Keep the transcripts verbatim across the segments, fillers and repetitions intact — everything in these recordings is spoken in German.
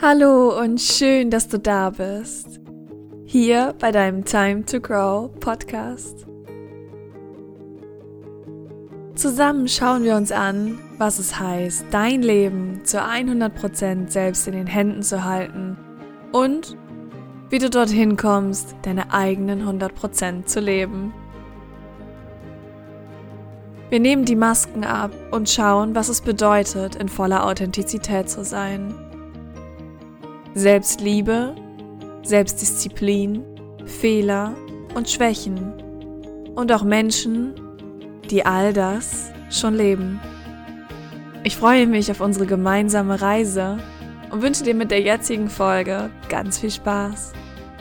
Hallo und schön, dass du da bist. Hier bei deinem Time to Grow Podcast. Zusammen schauen wir uns an, was es heißt, dein Leben zu hundert Prozent selbst in den Händen zu halten und wie du dorthin kommst, deine eigenen hundert Prozent zu leben. Wir nehmen die Masken ab und schauen, was es bedeutet, in voller Authentizität zu sein. Selbstliebe, Selbstdisziplin, Fehler und Schwächen und auch Menschen, die all das schon leben. Ich freue mich auf unsere gemeinsame Reise und wünsche dir mit der jetzigen Folge ganz viel Spaß.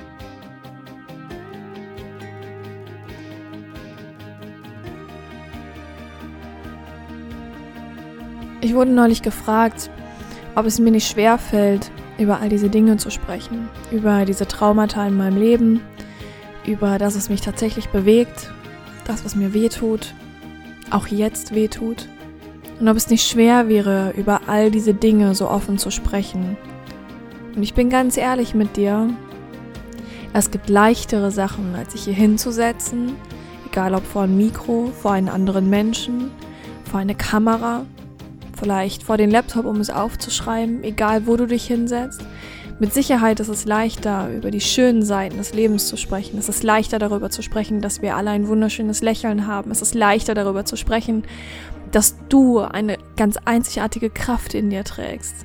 Ich wurde neulich gefragt, ob es mir nicht schwerfällt, über all diese Dinge zu sprechen, über diese Traumata in meinem Leben, über das, was mich tatsächlich bewegt, das, was mir wehtut, auch jetzt wehtut. Und ob es nicht schwer wäre, über all diese Dinge so offen zu sprechen. Und ich bin ganz ehrlich mit dir, es gibt leichtere Sachen, als sich hier hinzusetzen, egal ob vor ein Mikro, vor einen anderen Menschen, vor eine Kamera, vielleicht vor den Laptop, um es aufzuschreiben, egal wo du dich hinsetzt. Mit Sicherheit ist es leichter, über die schönen Seiten des Lebens zu sprechen. Es ist leichter, darüber zu sprechen, dass wir alle ein wunderschönes Lächeln haben. Es ist leichter, darüber zu sprechen, dass du eine ganz einzigartige Kraft in dir trägst,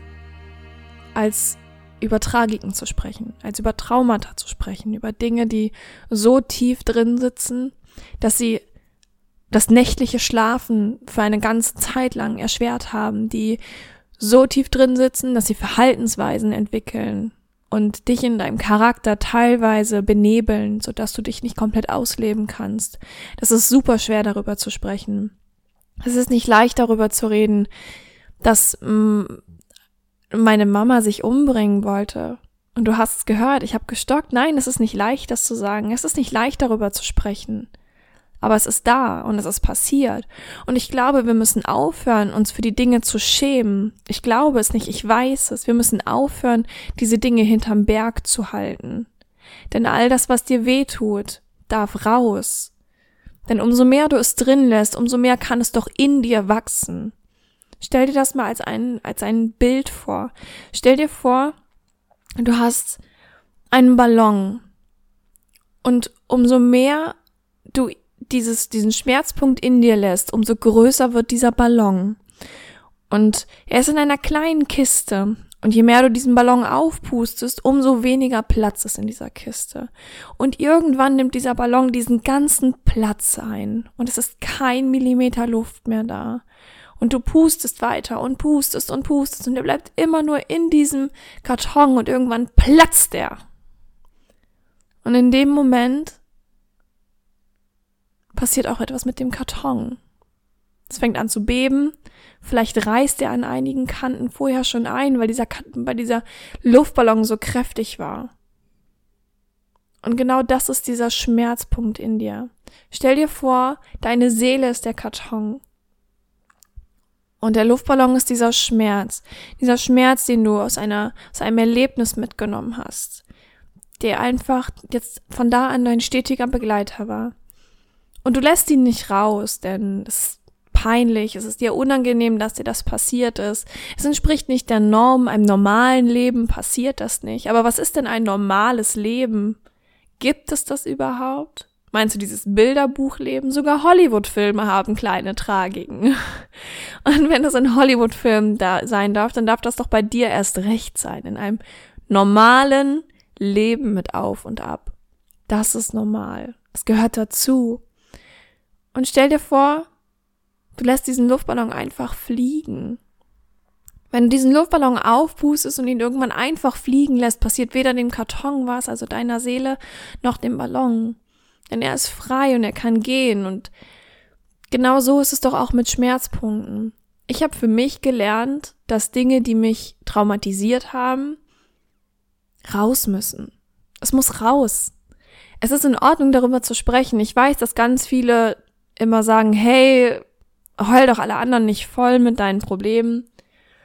als über Tragiken zu sprechen, als über Traumata zu sprechen, über Dinge, die so tief drin sitzen, dass sie das nächtliche Schlafen für eine ganze Zeit lang erschwert haben, die so tief drin sitzen, dass sie Verhaltensweisen entwickeln und dich in deinem Charakter teilweise benebeln, sodass du dich nicht komplett ausleben kannst. Das ist super schwer, darüber zu sprechen. Es ist nicht leicht, darüber zu reden, dass mh, meine Mama sich umbringen wollte. Und du hast es gehört, ich habe gestockt. Nein, es ist nicht leicht, das zu sagen. Es ist nicht leicht, darüber zu sprechen. Aber es ist da und es ist passiert. Und ich glaube, wir müssen aufhören, uns für die Dinge zu schämen. Ich glaube es nicht, ich weiß es. Wir müssen aufhören, diese Dinge hinterm Berg zu halten. Denn all das, was dir wehtut, darf raus. Denn umso mehr du es drin lässt, umso mehr kann es doch in dir wachsen. Stell dir das mal als ein, als ein Bild vor. Stell dir vor, du hast einen Ballon. Und umso mehr du dieses, diesen Schmerzpunkt in dir lässt, umso größer wird dieser Ballon. Und er ist in einer kleinen Kiste. Und je mehr du diesen Ballon aufpustest, umso weniger Platz ist in dieser Kiste. Und irgendwann nimmt dieser Ballon diesen ganzen Platz ein. Und es ist kein Millimeter Luft mehr da. Und du pustest weiter und pustest und pustest. Und er bleibt immer nur in diesem Karton und irgendwann platzt er. Und in dem Moment passiert auch etwas mit dem Karton. Es fängt an zu beben, vielleicht reißt er an einigen Kanten vorher schon ein, weil dieser, weil dieser Luftballon so kräftig war. Und genau das ist dieser Schmerzpunkt in dir. Stell dir vor, deine Seele ist der Karton. Und der Luftballon ist dieser Schmerz, dieser Schmerz, den du aus einer, aus einem Erlebnis mitgenommen hast, der einfach jetzt von da an dein stetiger Begleiter war. Und du lässt ihn nicht raus, denn es ist peinlich, es ist dir unangenehm, dass dir das passiert ist. Es entspricht nicht der Norm, einem normalen Leben passiert das nicht. Aber was ist denn ein normales Leben? Gibt es das überhaupt? Meinst du dieses Bilderbuchleben? Sogar Hollywood-Filme haben kleine Tragiken. Und wenn das ein Hollywood-Film da sein darf, dann darf das doch bei dir erst recht sein. In einem normalen Leben mit Auf und Ab. Das ist normal. Es gehört dazu. Und stell dir vor, du lässt diesen Luftballon einfach fliegen. Wenn du diesen Luftballon aufpustest und ihn irgendwann einfach fliegen lässt, passiert weder dem Karton was, also deiner Seele, noch dem Ballon. Denn er ist frei und er kann gehen. Und genau so ist es doch auch mit Schmerzpunkten. Ich habe für mich gelernt, dass Dinge, die mich traumatisiert haben, raus müssen. Es muss raus. Es ist in Ordnung, darüber zu sprechen. Ich weiß, dass ganz viele immer sagen, hey, heul doch alle anderen nicht voll mit deinen Problemen.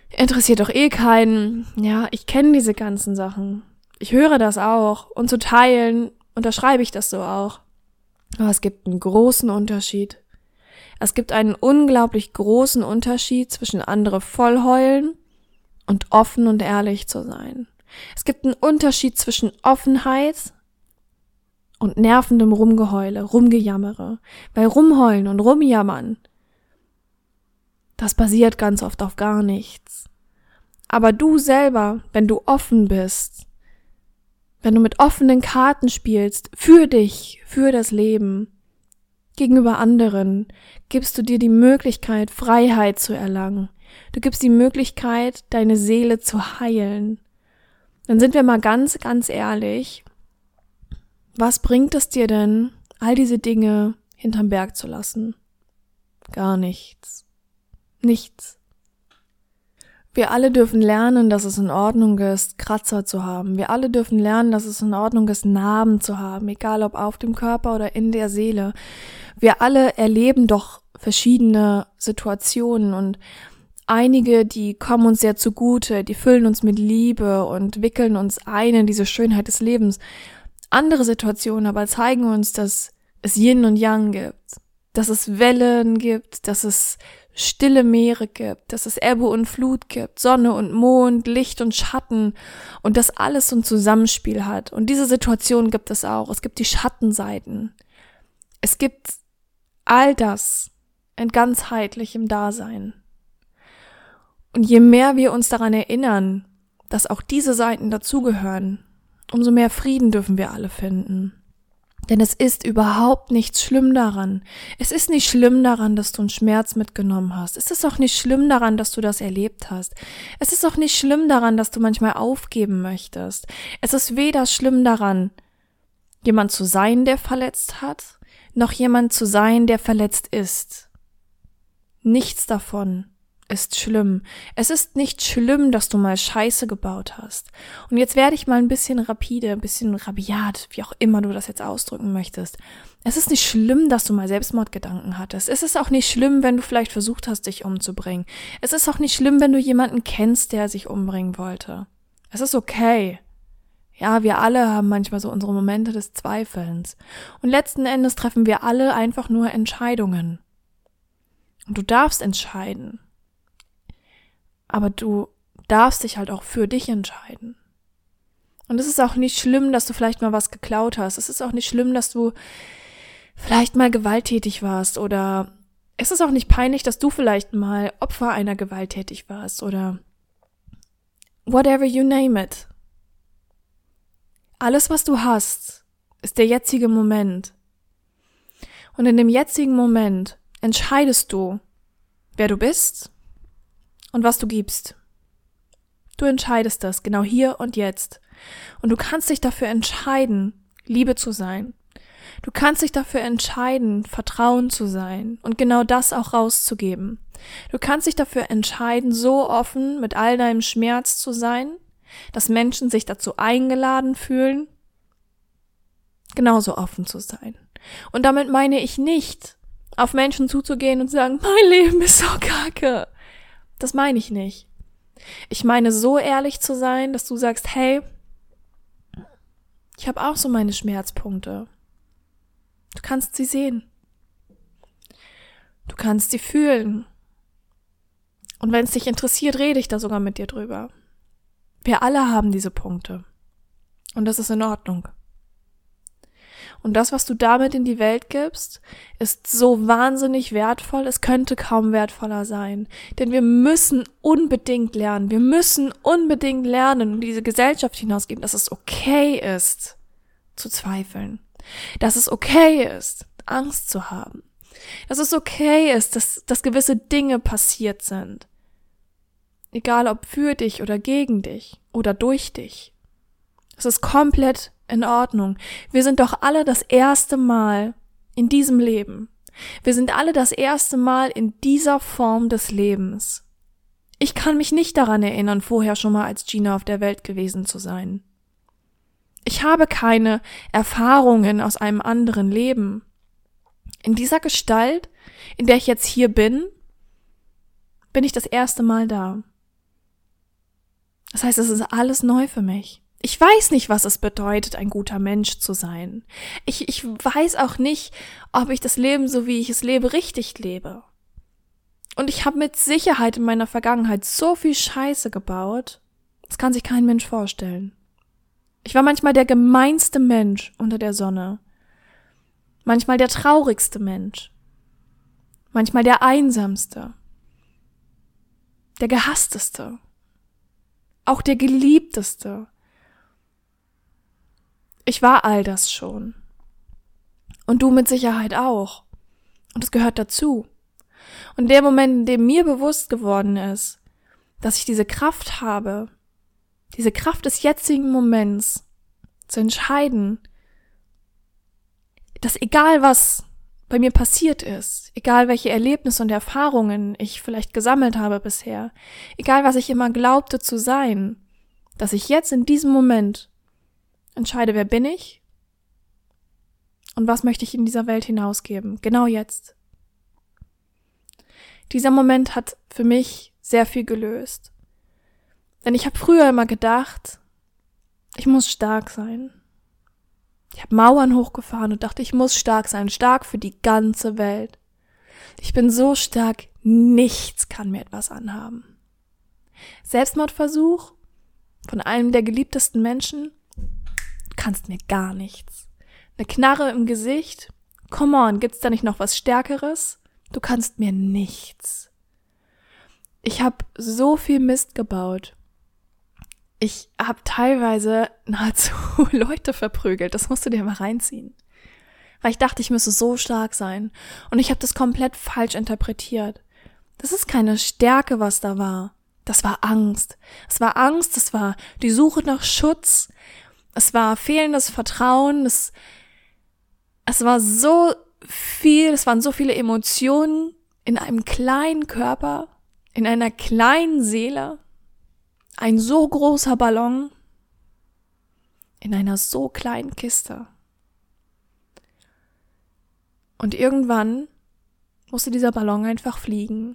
interessiert doch eh keinen. Ja, ich kenne diese ganzen Sachen. Ich höre das auch. Und zu teilen unterschreibe ich das so auch. Aber es gibt einen großen Unterschied. Es gibt einen unglaublich großen Unterschied zwischen andere vollheulen und offen und ehrlich zu sein. Es gibt einen Unterschied zwischen Offenheit und nervendem Rumgeheule, Rumgejammere. Weil rumheulen und rumjammern, das basiert ganz oft auf gar nichts. Aber du selber, wenn du offen bist, wenn du mit offenen Karten spielst, für dich, für das Leben, gegenüber anderen, gibst du dir die Möglichkeit, Freiheit zu erlangen. Du gibst die Möglichkeit, deine Seele zu heilen. Dann sind wir mal ganz, ganz ehrlich, was bringt es dir denn, all diese Dinge hinterm Berg zu lassen? Gar nichts. Nichts. Wir alle dürfen lernen, dass es in Ordnung ist, Kratzer zu haben. Wir alle dürfen lernen, dass es in Ordnung ist, Narben zu haben, egal ob auf dem Körper oder in der Seele. Wir alle erleben doch verschiedene Situationen und einige, die kommen uns sehr zugute, die füllen uns mit Liebe und wickeln uns ein in diese Schönheit des Lebens. Andere Situationen aber zeigen uns, dass es Yin und Yang gibt, dass es Wellen gibt, dass es stille Meere gibt, dass es Ebbe und Flut gibt, Sonne und Mond, Licht und Schatten und das alles so ein Zusammenspiel hat. Und diese Situation gibt es auch. Es gibt die Schattenseiten. Es gibt all das in ganzheitlichem Dasein. Und je mehr wir uns daran erinnern, dass auch diese Seiten dazugehören, umso mehr Frieden dürfen wir alle finden. Denn es ist überhaupt nichts schlimm daran. Es ist nicht schlimm daran, dass du einen Schmerz mitgenommen hast. Es ist auch nicht schlimm daran, dass du das erlebt hast. Es ist auch nicht schlimm daran, dass du manchmal aufgeben möchtest. Es ist weder schlimm daran, jemand zu sein, der verletzt hat, noch jemand zu sein, der verletzt ist. Nichts davon ist schlimm. Es ist nicht schlimm, dass du mal Scheiße gebaut hast. Und jetzt werde ich mal ein bisschen rapide, ein bisschen rabiat, wie auch immer du das jetzt ausdrücken möchtest. Es ist nicht schlimm, dass du mal Selbstmordgedanken hattest. Es ist auch nicht schlimm, wenn du vielleicht versucht hast, dich umzubringen. Es ist auch nicht schlimm, wenn du jemanden kennst, der sich umbringen wollte. Es ist okay. Ja, wir alle haben manchmal so unsere Momente des Zweifelns. Und letzten Endes treffen wir alle einfach nur Entscheidungen. Und du darfst entscheiden. Aber du darfst dich halt auch für dich entscheiden. Und es ist auch nicht schlimm, dass du vielleicht mal was geklaut hast. Es ist auch nicht schlimm, dass du vielleicht mal gewalttätig warst. Oder es ist auch nicht peinlich, dass du vielleicht mal Opfer einer gewalttätig warst. Oder whatever you name it. Alles, was du hast, ist der jetzige Moment. Und in dem jetzigen Moment entscheidest du, wer du bist und was du gibst. Du entscheidest das, genau hier und jetzt. Und du kannst dich dafür entscheiden, Liebe zu sein. Du kannst dich dafür entscheiden, Vertrauen zu sein und genau das auch rauszugeben. Du kannst dich dafür entscheiden, so offen mit all deinem Schmerz zu sein, dass Menschen sich dazu eingeladen fühlen, genauso offen zu sein. Und damit meine ich nicht, auf Menschen zuzugehen und zu sagen, mein Leben ist so kacke. Das meine ich nicht. Ich meine, so ehrlich zu sein, dass du sagst, hey, ich habe auch so meine Schmerzpunkte. Du kannst sie sehen. Du kannst sie fühlen. Und wenn es dich interessiert, rede ich da sogar mit dir drüber. Wir alle haben diese Punkte. Und das ist in Ordnung. Und das, was du damit in die Welt gibst, ist so wahnsinnig wertvoll, es könnte kaum wertvoller sein. Denn wir müssen unbedingt lernen, wir müssen unbedingt lernen und diese Gesellschaft hinausgeben, dass es okay ist, zu zweifeln. Dass es okay ist, Angst zu haben. Dass es okay ist, dass, dass gewisse Dinge passiert sind. Egal ob für dich oder gegen dich oder durch dich. Es ist komplett in Ordnung. Wir sind doch alle das erste Mal in diesem Leben. Wir sind alle das erste Mal in dieser Form des Lebens. Ich kann mich nicht daran erinnern, vorher schon mal als Gina auf der Welt gewesen zu sein. Ich habe keine Erfahrungen aus einem anderen Leben. In dieser Gestalt, in der ich jetzt hier bin, bin ich das erste Mal da. Das heißt, es ist alles neu für mich. Ich weiß nicht, was es bedeutet, ein guter Mensch zu sein. Ich, ich weiß auch nicht, ob ich das Leben, so wie ich es lebe, richtig lebe. Und ich habe mit Sicherheit in meiner Vergangenheit so viel Scheiße gebaut, das kann sich kein Mensch vorstellen. Ich war manchmal der gemeinste Mensch unter der Sonne. Manchmal der traurigste Mensch. Manchmal der einsamste. Der gehassteste. Auch der geliebteste. Ich war all das schon. Und du mit Sicherheit auch. Und es gehört dazu. Und der Moment, in dem mir bewusst geworden ist, dass ich diese Kraft habe, diese Kraft des jetzigen Moments zu entscheiden, dass egal was bei mir passiert ist, egal welche Erlebnisse und Erfahrungen ich vielleicht gesammelt habe bisher, egal was ich immer glaubte zu sein, dass ich jetzt in diesem Moment entscheide, wer bin ich und was möchte ich in dieser Welt hinausgeben, genau jetzt. Dieser Moment hat für mich sehr viel gelöst. Denn ich habe früher immer gedacht, ich muss stark sein. Ich habe Mauern hochgefahren und dachte, ich muss stark sein, stark für die ganze Welt. Ich bin so stark, nichts kann mir etwas anhaben. Selbstmordversuch von einem der geliebtesten Menschen, du kannst mir gar nichts. Eine Knarre im Gesicht, come on, gibt's da nicht noch was Stärkeres? Du kannst mir nichts. Ich habe so viel Mist gebaut. Ich habe teilweise nahezu Leute verprügelt. Das musst du dir mal reinziehen. Weil ich dachte, ich müsse so stark sein. Und ich habe das komplett falsch interpretiert. Das ist keine Stärke, was da war. Das war Angst. Es war Angst, es war die Suche nach Schutz. Es war fehlendes Vertrauen. Es, es war so viel, es waren so viele Emotionen in einem kleinen Körper, in einer kleinen Seele. Ein so großer Ballon in einer so kleinen Kiste. Und irgendwann musste dieser Ballon einfach fliegen.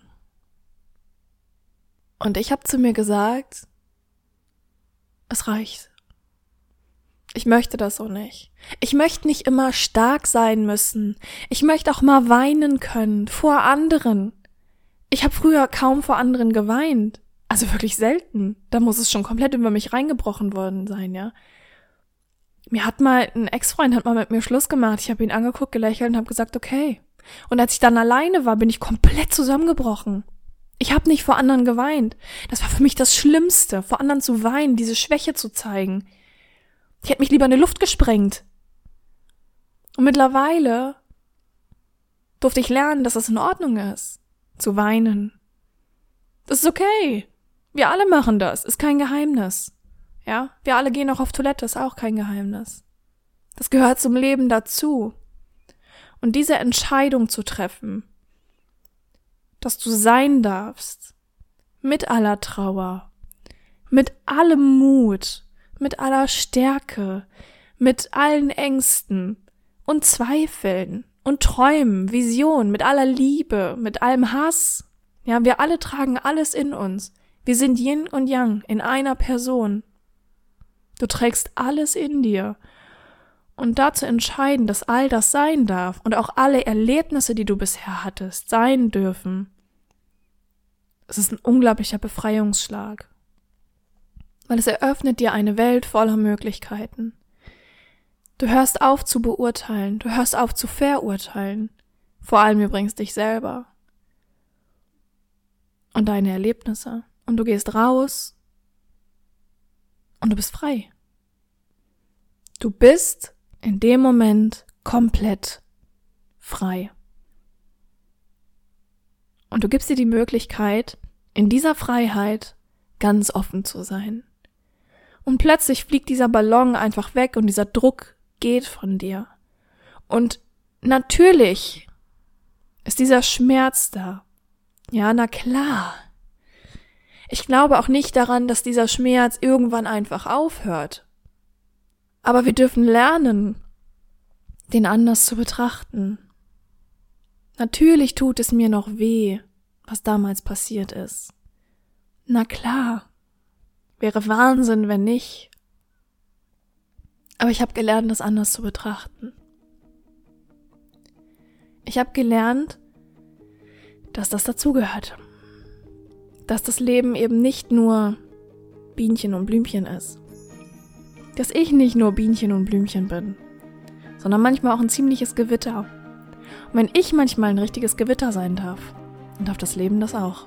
Und ich habe zu mir gesagt, es reicht. Ich möchte das so nicht. Ich möchte nicht immer stark sein müssen. Ich möchte auch mal weinen können vor anderen. Ich habe früher kaum vor anderen geweint. Also wirklich selten. Da muss es schon komplett über mich reingebrochen worden sein, ja. Mir hat mal, ein Ex-Freund hat mal mit mir Schluss gemacht. Ich habe ihn angeguckt, gelächelt und habe gesagt, okay. Und als ich dann alleine war, bin ich komplett zusammengebrochen. Ich habe nicht vor anderen geweint. Das war für mich das Schlimmste, vor anderen zu weinen, diese Schwäche zu zeigen. Ich hätte mich lieber in die Luft gesprengt. Und mittlerweile durfte ich lernen, dass es in Ordnung ist, zu weinen. Das ist okay. Wir alle machen das, ist kein Geheimnis. Ja, wir alle gehen auch auf Toilette, ist auch kein Geheimnis. Das gehört zum Leben dazu. Und diese Entscheidung zu treffen, dass du sein darfst, mit aller Trauer, mit allem Mut, mit aller Stärke, mit allen Ängsten und Zweifeln und Träumen, Visionen, mit aller Liebe, mit allem Hass. Ja, wir alle tragen alles in uns. Wir sind Yin und Yang in einer Person. Du trägst alles in dir. Und da zu entscheiden, dass all das sein darf und auch alle Erlebnisse, die du bisher hattest, sein dürfen, es ist ein unglaublicher Befreiungsschlag. Weil es eröffnet dir eine Welt voller Möglichkeiten. Du hörst auf zu beurteilen, du hörst auf zu verurteilen. Vor allem übrigens dich selber. Und deine Erlebnisse. Und du gehst raus und du bist frei. Du bist in dem Moment komplett frei. Und du gibst dir die Möglichkeit, in dieser Freiheit ganz offen zu sein. Und plötzlich fliegt dieser Ballon einfach weg und dieser Druck geht von dir. Und natürlich ist dieser Schmerz da. Ja, na klar. Ich glaube auch nicht daran, dass dieser Schmerz irgendwann einfach aufhört. Aber wir dürfen lernen, den anders zu betrachten. Natürlich tut es mir noch weh, was damals passiert ist. Na klar. Wäre Wahnsinn, wenn nicht. Aber ich habe gelernt, das anders zu betrachten. Ich habe gelernt, dass das dazugehört. Dass das Leben eben nicht nur Bienchen und Blümchen ist. Dass ich nicht nur Bienchen und Blümchen bin, sondern manchmal auch ein ziemliches Gewitter. Und wenn ich manchmal ein richtiges Gewitter sein darf, dann darf das Leben das auch.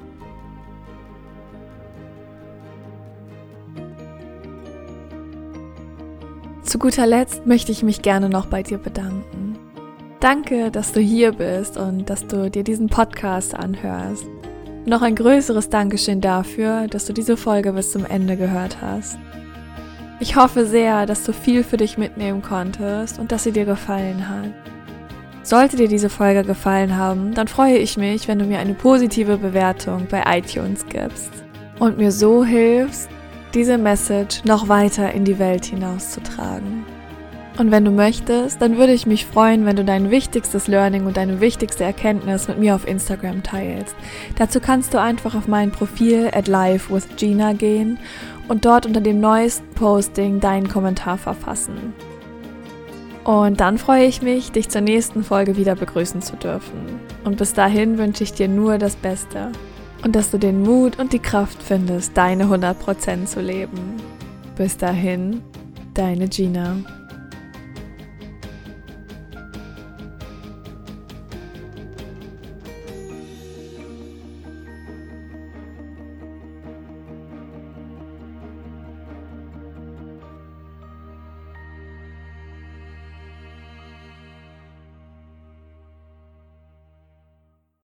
Zu guter Letzt möchte ich mich gerne noch bei dir bedanken. Danke, dass du hier bist und dass du dir diesen Podcast anhörst. Noch ein größeres Dankeschön dafür, dass du diese Folge bis zum Ende gehört hast. Ich hoffe sehr, dass du viel für dich mitnehmen konntest und dass sie dir gefallen hat. Sollte dir diese Folge gefallen haben, dann freue ich mich, wenn du mir eine positive Bewertung bei iTunes gibst und mir so hilfst, diese Message noch weiter in die Welt hinauszutragen. Und wenn du möchtest, dann würde ich mich freuen, wenn du dein wichtigstes Learning und deine wichtigste Erkenntnis mit mir auf Instagram teilst. Dazu kannst du einfach auf mein Profil at live with Gina gehen und dort unter dem neuesten Posting deinen Kommentar verfassen. Und dann freue ich mich, dich zur nächsten Folge wieder begrüßen zu dürfen. Und bis dahin wünsche ich dir nur das Beste und dass du den Mut und die Kraft findest, deine hundert Prozent zu leben. Bis dahin, deine Gina.